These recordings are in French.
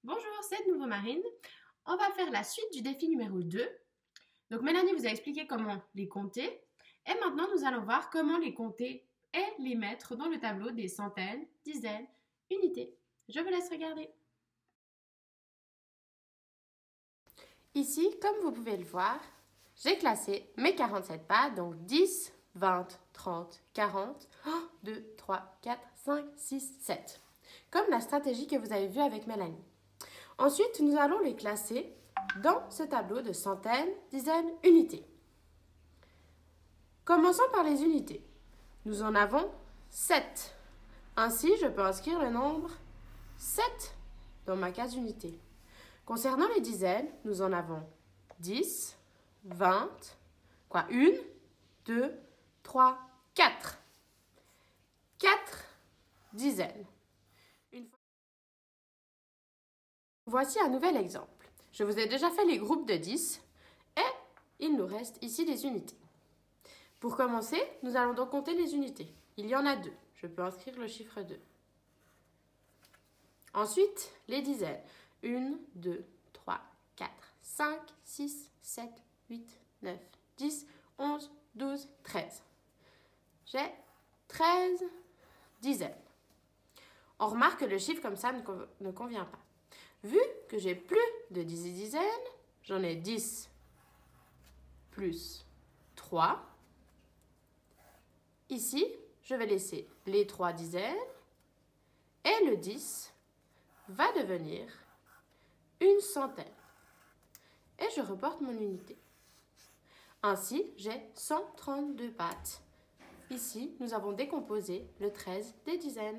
Bonjour, c'est de nouveau Marine. On va faire la suite du défi numéro 2. Donc Mélanie vous a expliqué comment les compter. Et maintenant, nous allons voir comment les compter et les mettre dans le tableau des centaines, dizaines, unités. Je vous laisse regarder. Ici, comme vous pouvez le voir, j'ai classé mes 47 pas, donc 10, 20, 30, 40, 1, 2, 3, 4, 5, 6, 7. Comme la stratégie que vous avez vue avec Mélanie. Ensuite, nous allons les classer dans ce tableau de centaines, dizaines, unités. Commençons par les unités. Nous en avons 7. Ainsi, je peux inscrire le nombre 7 dans ma case unité. Concernant les dizaines, nous en avons 10, 20, 1, 2, 3, 4. 4 dizaines. Voici un nouvel exemple. Je vous ai déjà fait les groupes de 10 et il nous reste ici des unités. Pour commencer, nous allons donc compter les unités. Il y en a 2. Je peux inscrire le chiffre 2. Ensuite, les dizaines. 1, 2, 3, 4, 5, 6, 7, 8, 9, 10, 11, 12, 13. J'ai 13 dizaines. On remarque que le chiffre comme ça ne convient pas. Vu que j'ai plus de 10 dizaines, j'en ai 10 plus 3. Ici, je vais laisser les 3 dizaines et le 10 va devenir une centaine. Et je reporte mon unité. Ainsi, j'ai 132 pattes. Ici, nous avons décomposé le 13 des dizaines.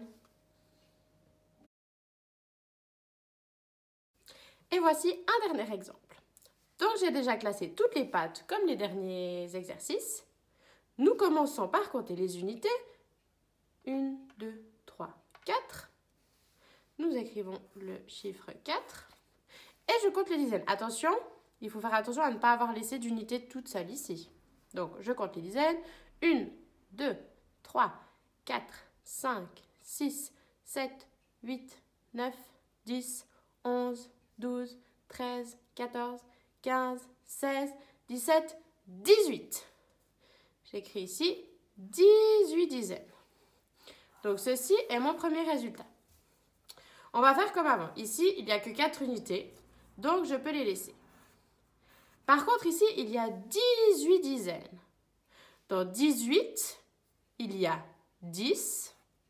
Et voici un dernier exemple. Donc, j'ai déjà classé toutes les pattes comme les derniers exercices. Nous commençons par compter les unités. 1, 2, 3, 4. Nous écrivons le chiffre 4. Et je compte les dizaines. Attention, il faut faire attention à ne pas avoir laissé d'unité toute seule ici. Donc, je compte les dizaines. 1, 2, 3, 4, 5, 6, 7, 8, 9, 10, 11, 12, 13, 14, 15, 16, 17, 18. J'écris ici 18 dizaines. Donc, ceci est mon premier résultat. On va faire comme avant. Ici, il n'y a que 4 unités, donc je peux les laisser. Par contre, ici, il y a 18 dizaines. Dans 18, il y a 10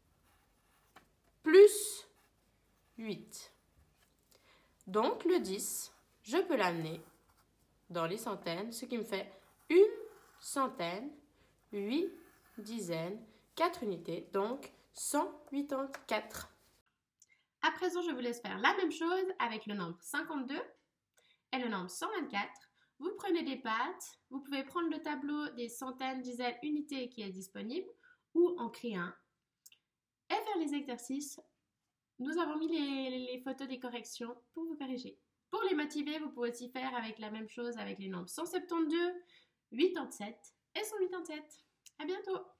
plus 8. Donc, le 10, je peux l'amener dans les centaines, ce qui me fait une centaine, 8 dizaines, 4 unités, donc 184. À présent, je vous laisse faire la même chose avec le nombre 52 et le nombre 124. Vous prenez des pattes, vous pouvez prendre le tableau des centaines, dizaines, unités qui est disponible ou en créer un et faire les exercices. Nous avons mis les photos des corrections pour vous corriger. Pour les motiver, vous pouvez aussi faire avec la même chose avec les nombres 172, 87 et 187. À bientôt!